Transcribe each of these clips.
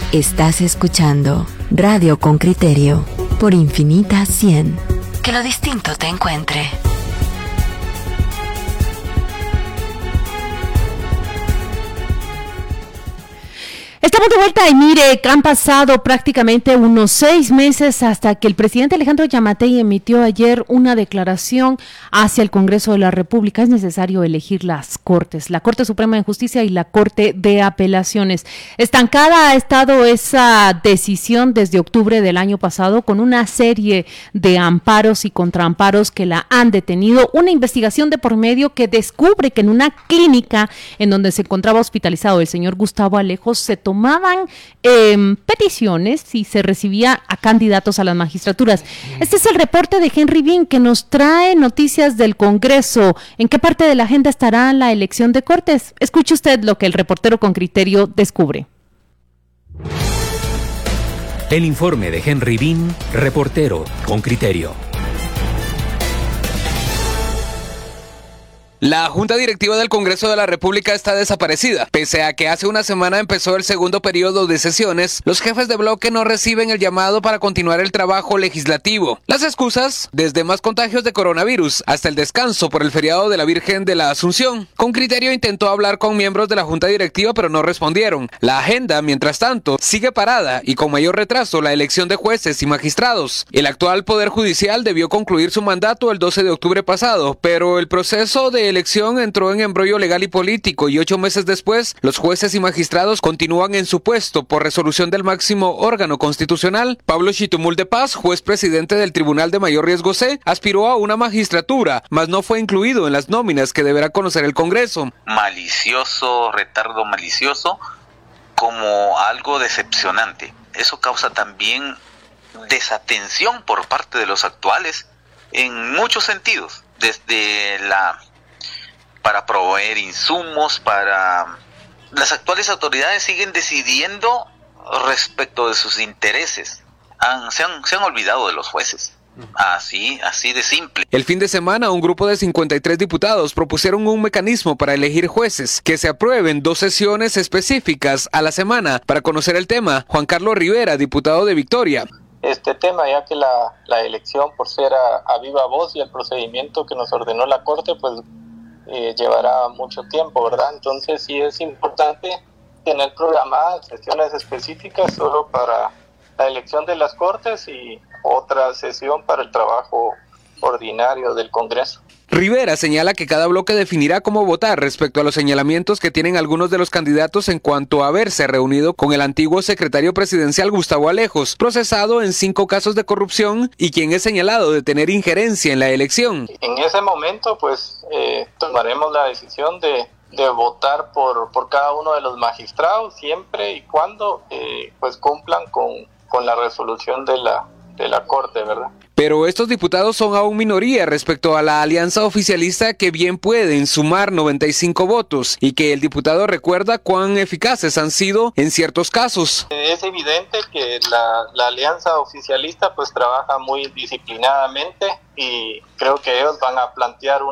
Estás escuchando Radio con Criterio por Infinita 100. Que lo distinto te encuentre. Estamos de vuelta y mire, han pasado prácticamente unos 6 meses hasta que el presidente Alejandro Yamatei emitió ayer una declaración hacia el Congreso de la República. Es necesario elegir las Cortes, la Corte Suprema de Justicia y la Corte de Apelaciones. Estancada ha estado esa decisión desde octubre del año pasado con una serie de amparos y contraamparos que la han detenido. Una investigación de por medio que descubre que en una clínica en donde se encontraba hospitalizado el señor Gustavo Alejos se tomaban peticiones y se recibía a candidatos a las magistraturas. Este es el reporte de Henry Bean que nos trae noticias del Congreso. ¿En qué parte de la agenda estará la elección de Cortes? Escuche usted lo que el reportero con criterio descubre. El informe de Henry Bean, reportero con criterio. La Junta Directiva del Congreso de la República está desaparecida. Pese a que hace una semana empezó el segundo periodo de sesiones, los jefes de bloque no reciben el llamado para continuar el trabajo legislativo. Las excusas, desde más contagios de coronavirus hasta el descanso por el feriado de la Virgen de la Asunción. Con criterio intentó hablar con miembros de la Junta Directiva, pero no respondieron. La agenda, mientras tanto, sigue parada y con mayor retraso la elección de jueces y magistrados. El actual Poder Judicial debió concluir su mandato el 12 de octubre pasado, pero el proceso de elección entró en embrollo legal y político y 8 meses después, los jueces y magistrados continúan en su puesto por resolución del máximo órgano constitucional. Pablo Chitumul de Paz, juez presidente del Tribunal de Mayor Riesgo C, aspiró a una magistratura, mas no fue incluido en las nóminas que deberá conocer el Congreso. Malicioso, retardo malicioso, como algo decepcionante. Eso causa también desatención por parte de los actuales en muchos sentidos, desde para proveer insumos, las actuales autoridades siguen decidiendo respecto de sus intereses. Se han olvidado de los jueces. Así de simple. El fin de semana, un grupo de 53 diputados propusieron un mecanismo para elegir jueces, que se aprueben 2 sesiones específicas a la semana para conocer el tema. Juan Carlos Rivera, diputado de Victoria. Este tema, ya que la elección por ser a viva voz y el procedimiento que nos ordenó la Corte, pues llevará mucho tiempo, ¿verdad? Entonces sí es importante tener programadas sesiones específicas solo para la elección de las Cortes y otra sesión para el trabajo ordinario del Congreso. Rivera señala que cada bloque definirá cómo votar respecto a los señalamientos que tienen algunos de los candidatos en cuanto a haberse reunido con el antiguo secretario presidencial Gustavo Alejos, procesado en 5 casos de corrupción y quien es señalado de tener injerencia en la elección. En ese momento, pues, tomaremos la decisión de votar por cada uno de los magistrados siempre y cuando pues cumplan con la resolución de la Corte, ¿verdad? Pero estos diputados son aún minoría respecto a la alianza oficialista que bien pueden sumar 95 votos y que el diputado recuerda cuán eficaces han sido en ciertos casos. Es evidente que la alianza oficialista pues trabaja muy disciplinadamente y creo que ellos van a plantear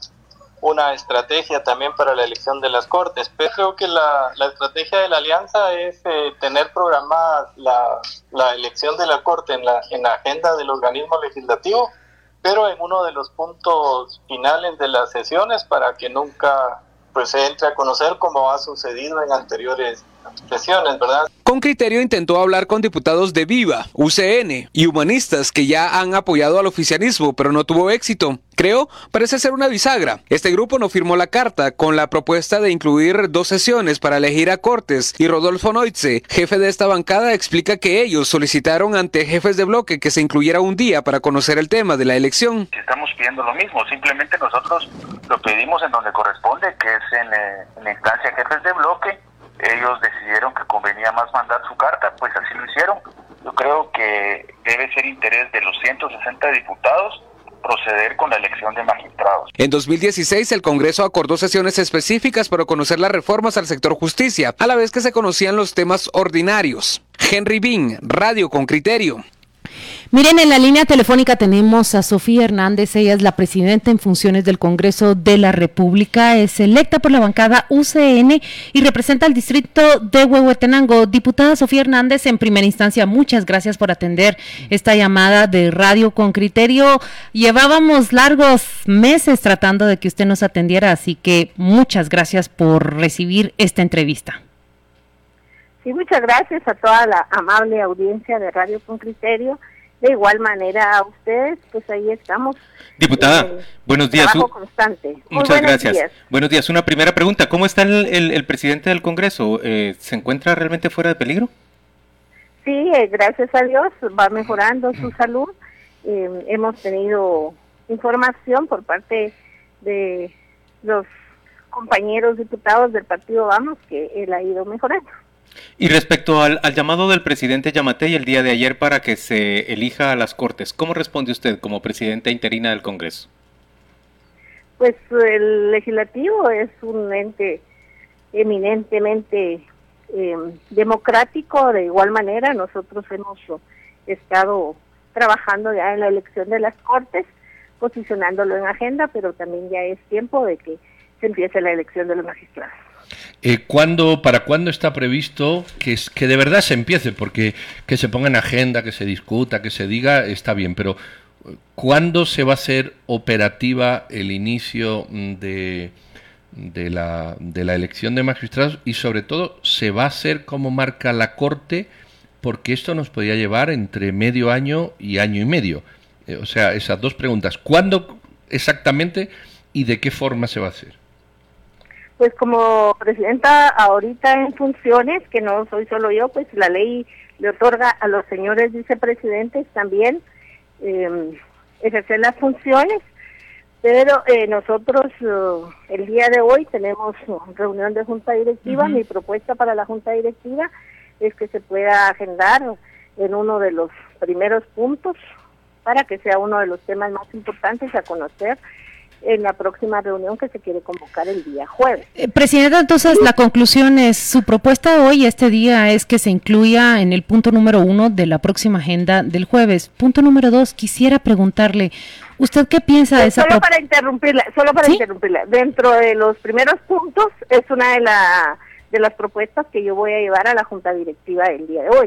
una estrategia también para la elección de las Cortes, pero creo que la estrategia de la alianza es tener programada la elección de la Corte en la agenda del organismo legislativo, pero en uno de los puntos finales de las sesiones para que nunca pues se entre a conocer como ha sucedido en anteriores sesiones, ¿verdad? Con criterio intentó hablar con diputados de Viva, UCN y humanistas que ya han apoyado al oficialismo, pero no tuvo éxito. Creo, parece ser una bisagra. Este grupo no firmó la carta con la propuesta de incluir 2 sesiones para elegir a Cortes y Rodolfo Noitze, jefe de esta bancada, explica que ellos solicitaron ante jefes de bloque que se incluyera un día para conocer el tema de la elección. Estamos pidiendo lo mismo, simplemente nosotros lo pedimos en donde corresponde, que es en la instancia jefes de bloque. Ellos decidieron que convenía más mandar su carta, pues así lo hicieron. Yo creo que debe ser interés de los 160 diputados proceder con la elección de magistrados. En 2016, el Congreso acordó sesiones específicas para conocer las reformas al sector justicia, a la vez que se conocían los temas ordinarios. Henry Bean, Radio con Criterio. Miren, en la línea telefónica tenemos a Sofía Hernández. Ella es la presidenta en funciones del Congreso de la República, es electa por la bancada UCN y representa al distrito de Huehuetenango. Diputada Sofía Hernández, en primera instancia, muchas gracias por atender esta llamada de Radio con Criterio. Llevábamos largos meses tratando de que usted nos atendiera, así que muchas gracias por recibir esta entrevista. Sí, muchas gracias a toda la amable audiencia de Radio con Criterio. De igual manera a ustedes, pues ahí estamos. Diputada, buenos días. Trabajo constante. Muchas gracias. Días. Buenos días. Una primera pregunta, ¿cómo está el presidente del Congreso? ¿Se encuentra realmente fuera de peligro? Sí, gracias a Dios va mejorando su salud. Hemos tenido información por parte de los compañeros diputados del partido Vamos que él ha ido mejorando. Y respecto al llamado del presidente Yamatei el día de ayer para que se elija a las Cortes, ¿cómo responde usted como presidenta interina del Congreso? Pues el legislativo es un ente eminentemente democrático. De igual manera nosotros hemos estado trabajando ya en la elección de las Cortes, posicionándolo en agenda, pero también ya es tiempo de que se empiece la elección de los magistrados. ¿Para cuándo está previsto que de verdad se empiece? Porque que se ponga en agenda, que se discuta, que se diga, está bien, pero ¿cuándo se va a hacer operativa el inicio de la elección de magistrados? Y sobre todo, ¿se va a hacer como marca la Corte? Porque esto nos podría llevar entre medio año y año y medio. O sea, esas dos preguntas. ¿Cuándo exactamente y de qué forma se va a hacer? Pues como presidenta ahorita en funciones, que no soy solo yo, pues la ley le otorga a los señores vicepresidentes también ejercer las funciones, pero nosotros el día de hoy tenemos reunión de junta directiva. Mi propuesta para la junta directiva es que se pueda agendar en uno de los primeros puntos para que sea uno de los temas más importantes a conocer en la próxima reunión que se quiere convocar el día jueves. Presidenta, entonces la conclusión es, su propuesta hoy, este día, es que se incluya en el punto número 1 de la próxima agenda del jueves. Punto número 2, quisiera preguntarle, ¿usted qué piensa de esa propuesta? Solo para interrumpirla. Dentro de los primeros puntos es una de las propuestas que yo voy a llevar a la junta directiva el día de hoy.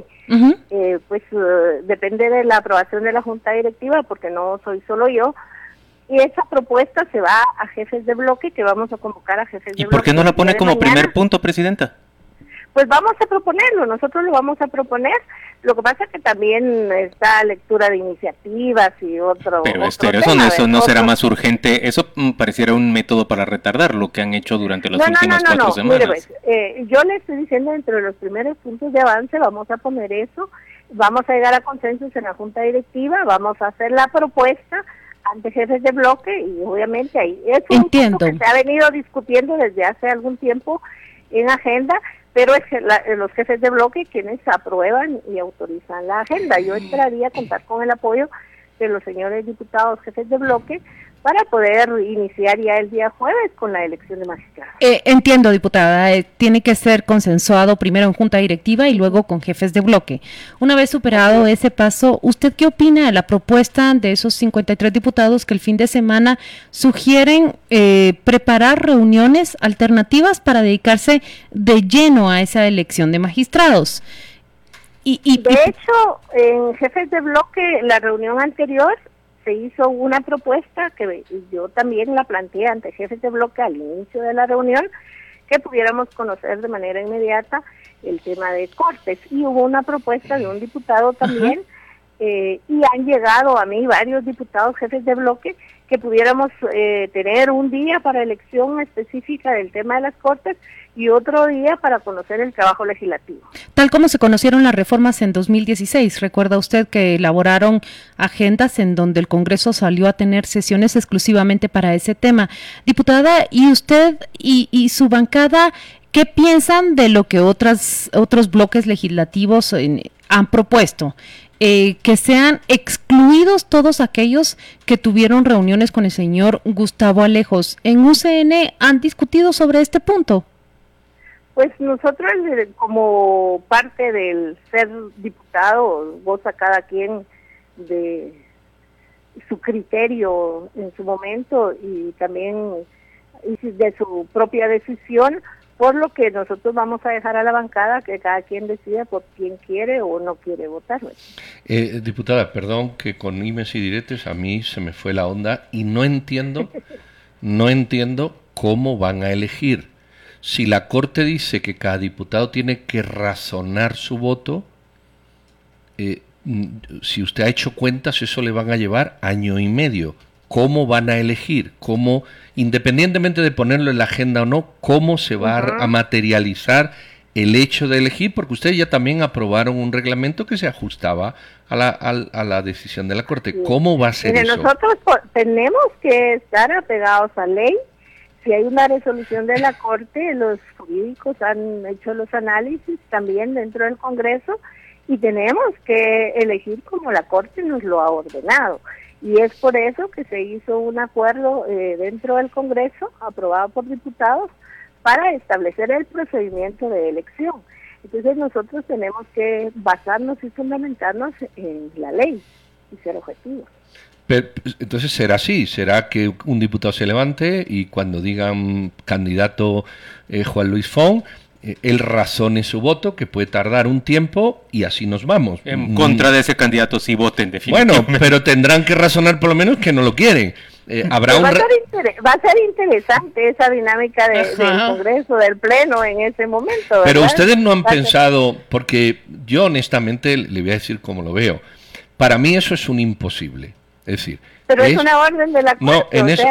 Depende de la aprobación de la junta directiva, porque no soy solo yo. Y esa propuesta se va a jefes de bloque, que vamos a convocar a jefes de bloque. ¿Y por qué no la pone como primer punto, presidenta? Pues vamos a proponerlo, nosotros lo vamos a proponer. Lo que pasa es que también está lectura de iniciativas y otro. Pero eso no será más urgente. Eso pareciera un método para retardar lo que han hecho durante las últimas 4 semanas. Mire, pues, yo le estoy diciendo, entre los primeros puntos de avance vamos a poner eso. Vamos a llegar a consensos en la junta directiva, vamos a hacer la propuesta ante jefes de bloque, y obviamente ahí es un punto que se ha venido discutiendo desde hace algún tiempo en agenda, pero es que los jefes de bloque quienes aprueban y autorizan la agenda. Yo esperaría contar con el apoyo de los señores diputados jefes de bloque para poder iniciar ya el día jueves con la elección de magistrados. Entiendo, diputada, tiene que ser consensuado primero en junta directiva y luego con jefes de bloque. Una vez superado ese paso, ¿usted qué opina de la propuesta de esos 53 diputados que el fin de semana sugieren preparar reuniones alternativas para dedicarse de lleno a esa elección de magistrados? De hecho, en jefes de bloque, la reunión anterior, se hizo una propuesta que yo también la planteé ante jefes de bloque al inicio de la reunión, que pudiéramos conocer de manera inmediata el tema de Cortes. Y hubo una propuesta de un diputado también, y han llegado a mí varios diputados jefes de bloque que pudiéramos tener un día para elección específica del tema de las Cortes y otro día para conocer el trabajo legislativo. Tal como se conocieron las reformas en 2016, recuerda usted que elaboraron agendas en donde el Congreso salió a tener sesiones exclusivamente para ese tema. Diputada, ¿y usted y su bancada qué piensan de lo que otros bloques legislativos han propuesto? Que sean excluidos todos aquellos que tuvieron reuniones con el señor Gustavo Alejos. ¿En UCN han discutido sobre este punto? Pues nosotros, como parte del ser diputado, goza cada quien de su criterio en su momento y también de su propia decisión, por lo que nosotros vamos a dejar a la bancada que cada quien decida por quién quiere o no quiere votar. Diputada, perdón que con dimes y diretes a mí se me fue la onda y no entiendo cómo van a elegir. Si la Corte dice que cada diputado tiene que razonar su voto, si usted ha hecho cuentas, eso le van a llevar año y medio. ¿Cómo van a elegir? ¿Cómo, independientemente de ponerlo en la agenda o no, cómo se va a materializar el hecho de elegir? Porque ustedes ya también aprobaron un reglamento que se ajustaba a la decisión de la Corte. ¿Cómo va a ser eso? Nosotros tenemos que estar apegados a ley. Si hay una resolución de la Corte, los jurídicos han hecho los análisis también dentro del Congreso y tenemos que elegir como la Corte nos lo ha ordenado. Y es por eso que se hizo un acuerdo dentro del Congreso, aprobado por diputados, para establecer el procedimiento de elección. Entonces nosotros tenemos que basarnos y fundamentarnos en la ley y ser objetivos. Pero, entonces será así, será que un diputado se levante y cuando digan candidato Juan Luis Font, él razone su voto, que puede tardar un tiempo y así nos vamos. En contra de ese candidato sí voten definitivamente. Bueno, pero tendrán que razonar por lo menos que no lo quieren. Va a ser interesante esa dinámica del Congreso, del Pleno en ese momento, ¿verdad? Pero ustedes no han pensado, porque yo honestamente le voy a decir cómo lo veo. Para mí eso es un imposible. Es decir, pero es una orden de la Corte. No,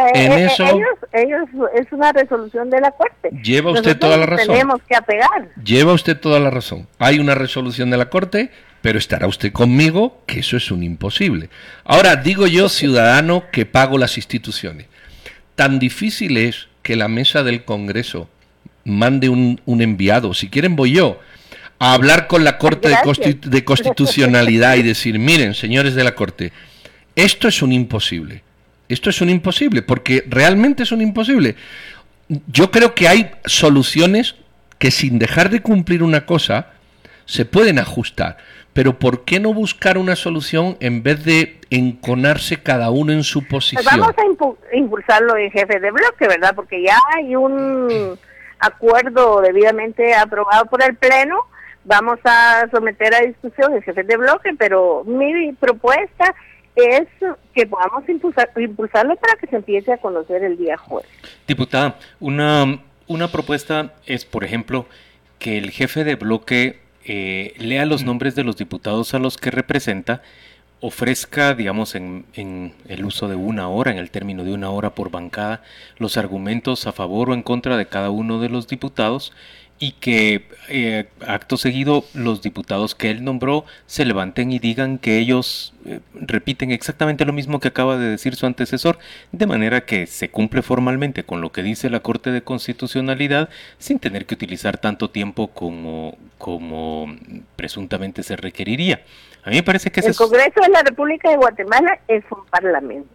ellos es una resolución de la Corte. Lleva usted toda la razón. Tenemos que apegar. Lleva usted toda la razón. Hay una resolución de la Corte, pero estará usted conmigo que eso es un imposible. Ahora, digo yo, ciudadano que pago las instituciones. Tan difícil es que la mesa del Congreso mande un enviado, si quieren voy yo, a hablar con la Corte de Constitucionalidad y decir, miren, señores de la Corte, esto es un imposible. Esto es un imposible, porque realmente es un imposible. Yo creo que hay soluciones que sin dejar de cumplir una cosa se pueden ajustar. Pero ¿por qué no buscar una solución en vez de enconarse cada uno en su posición? Pues vamos a impulsarlo en jefe de bloque, ¿verdad? Porque ya hay un acuerdo debidamente aprobado por el Pleno. Vamos a someter a discusión el jefe de bloque, pero mi propuesta es que podamos impulsarlo para que se empiece a conocer el día jueves. Diputada, una propuesta es, por ejemplo, que el jefe de bloque lea los nombres de los diputados a los que representa, ofrezca, digamos, en el uso de 1 hora, en el término de 1 hora por bancada, los argumentos a favor o en contra de cada uno de los diputados, y que acto seguido los diputados que él nombró se levanten y digan que ellos repiten exactamente lo mismo que acaba de decir su antecesor, de manera que se cumple formalmente con lo que dice la Corte de Constitucionalidad sin tener que utilizar tanto tiempo como presuntamente se requeriría. A mí me parece que el Congreso de la República de Guatemala es un parlamento.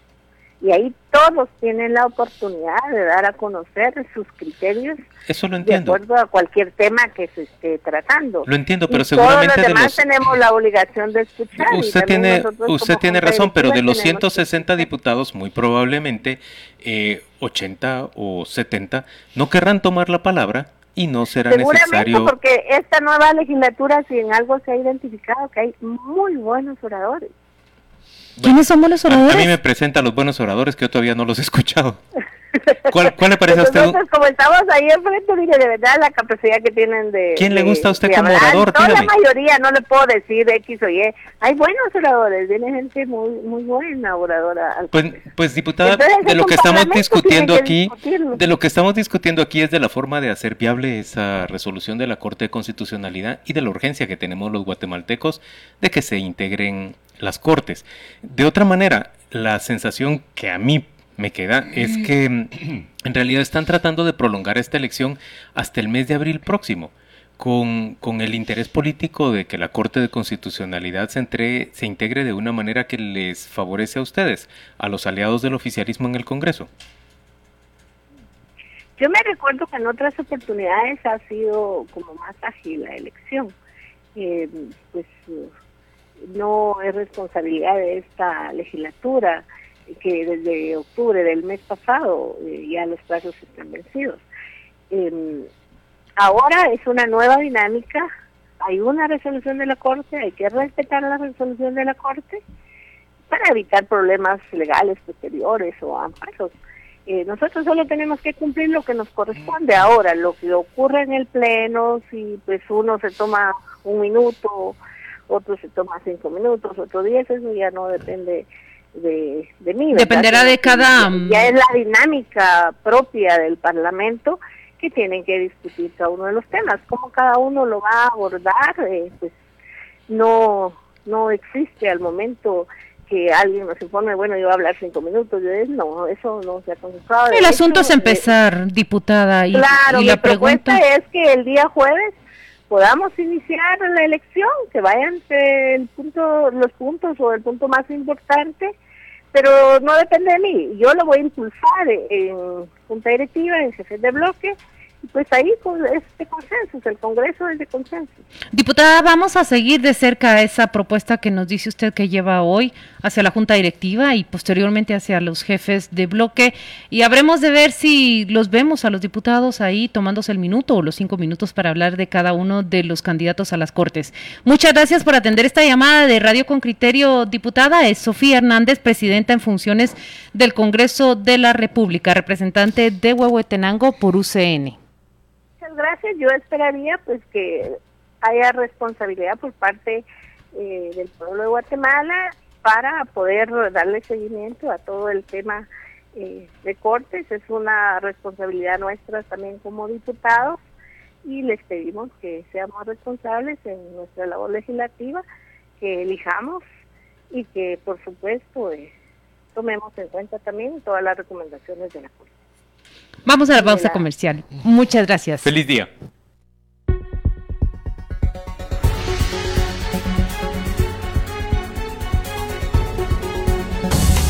Y ahí todos tienen la oportunidad de dar a conocer sus criterios. Eso lo entiendo. De acuerdo a cualquier tema que se esté tratando. Lo entiendo, pero y seguramente todos los demás tenemos la obligación de escuchar. Usted tiene razón, pero de los 160 diputados, muy probablemente 80 o 70 no querrán tomar la palabra y no será necesario. Porque esta nueva legislatura, si en algo se ha identificado, que hay muy buenos oradores. ¿Quiénes son buenos oradores? A mí me presentan los buenos oradores que yo todavía no los he escuchado. ¿Cuál le parece a usted? Entonces, como estamos ahí enfrente, mire, de verdad la capacidad que tienen de... ¿Quién le gusta a usted como orador? No, la mayoría, no le puedo decir X o Y. Hay buenos oradores, viene gente muy buena oradora. Pues diputada, entonces, de lo que estamos discutiendo aquí, es de la forma de hacer viable esa resolución de la Corte de Constitucionalidad y de la urgencia que tenemos los guatemaltecos de que se integren las Cortes. De otra manera, la sensación que a mí me queda es que en realidad están tratando de prolongar esta elección hasta el mes de abril próximo, con el interés político de que la Corte de Constitucionalidad se integre de una manera que les favorece a ustedes, a los aliados del oficialismo en el Congreso. Yo me recuerdo que en otras oportunidades ha sido como más ágil la elección. no es responsabilidad de esta legislatura, que desde octubre del mes pasado ya los plazos están vencidos. Ahora es una nueva dinámica, hay una resolución de la Corte, hay que respetar la resolución de la Corte para evitar problemas legales posteriores o amparos. Nosotros solo tenemos que cumplir lo que nos corresponde. Ahora, lo que ocurre en el Pleno, si pues uno se toma 1 minuto, otro se toma 5 minutos, otro 10, eso ya no depende de mí. ¿Verdad? Dependerá de cada... Ya es la dinámica propia del Parlamento que tienen que discutir cada uno de los temas. Cómo cada uno lo va a abordar, pues no existe al momento que alguien nos informe, bueno, yo voy a hablar 5 minutos, no, eso no se ha consultado. El asunto es empezar, diputada, claro, y la propuesta es que el día jueves podamos iniciar la elección, que vayan los puntos o el punto más importante, pero no depende de mí. Yo lo voy a impulsar en Junta Directiva, en jefes de bloque, y pues ahí es de consenso, el Congreso es de consenso. Diputada, vamos a seguir de cerca esa propuesta que nos dice usted que lleva hoy hacia la Junta Directiva y posteriormente hacia los jefes de bloque, y habremos de ver si los vemos a los diputados ahí tomándose el minuto o los 5 minutos para hablar de cada uno de los candidatos a las Cortes. Muchas gracias por atender esta llamada de Radio con Criterio, diputada. Es Sofía Hernández, presidenta en funciones del Congreso de la República, representante de Huehuetenango por UCN. Muchas gracias. Yo esperaría pues que haya responsabilidad por parte del pueblo de Guatemala para poder darle seguimiento a todo el tema de Cortes. Es una responsabilidad nuestra también como diputados y les pedimos que seamos responsables en nuestra labor legislativa, que elijamos y que por supuesto tomemos en cuenta también todas las recomendaciones de la Corte. Vamos a la pausa comercial. Muchas gracias. Feliz día.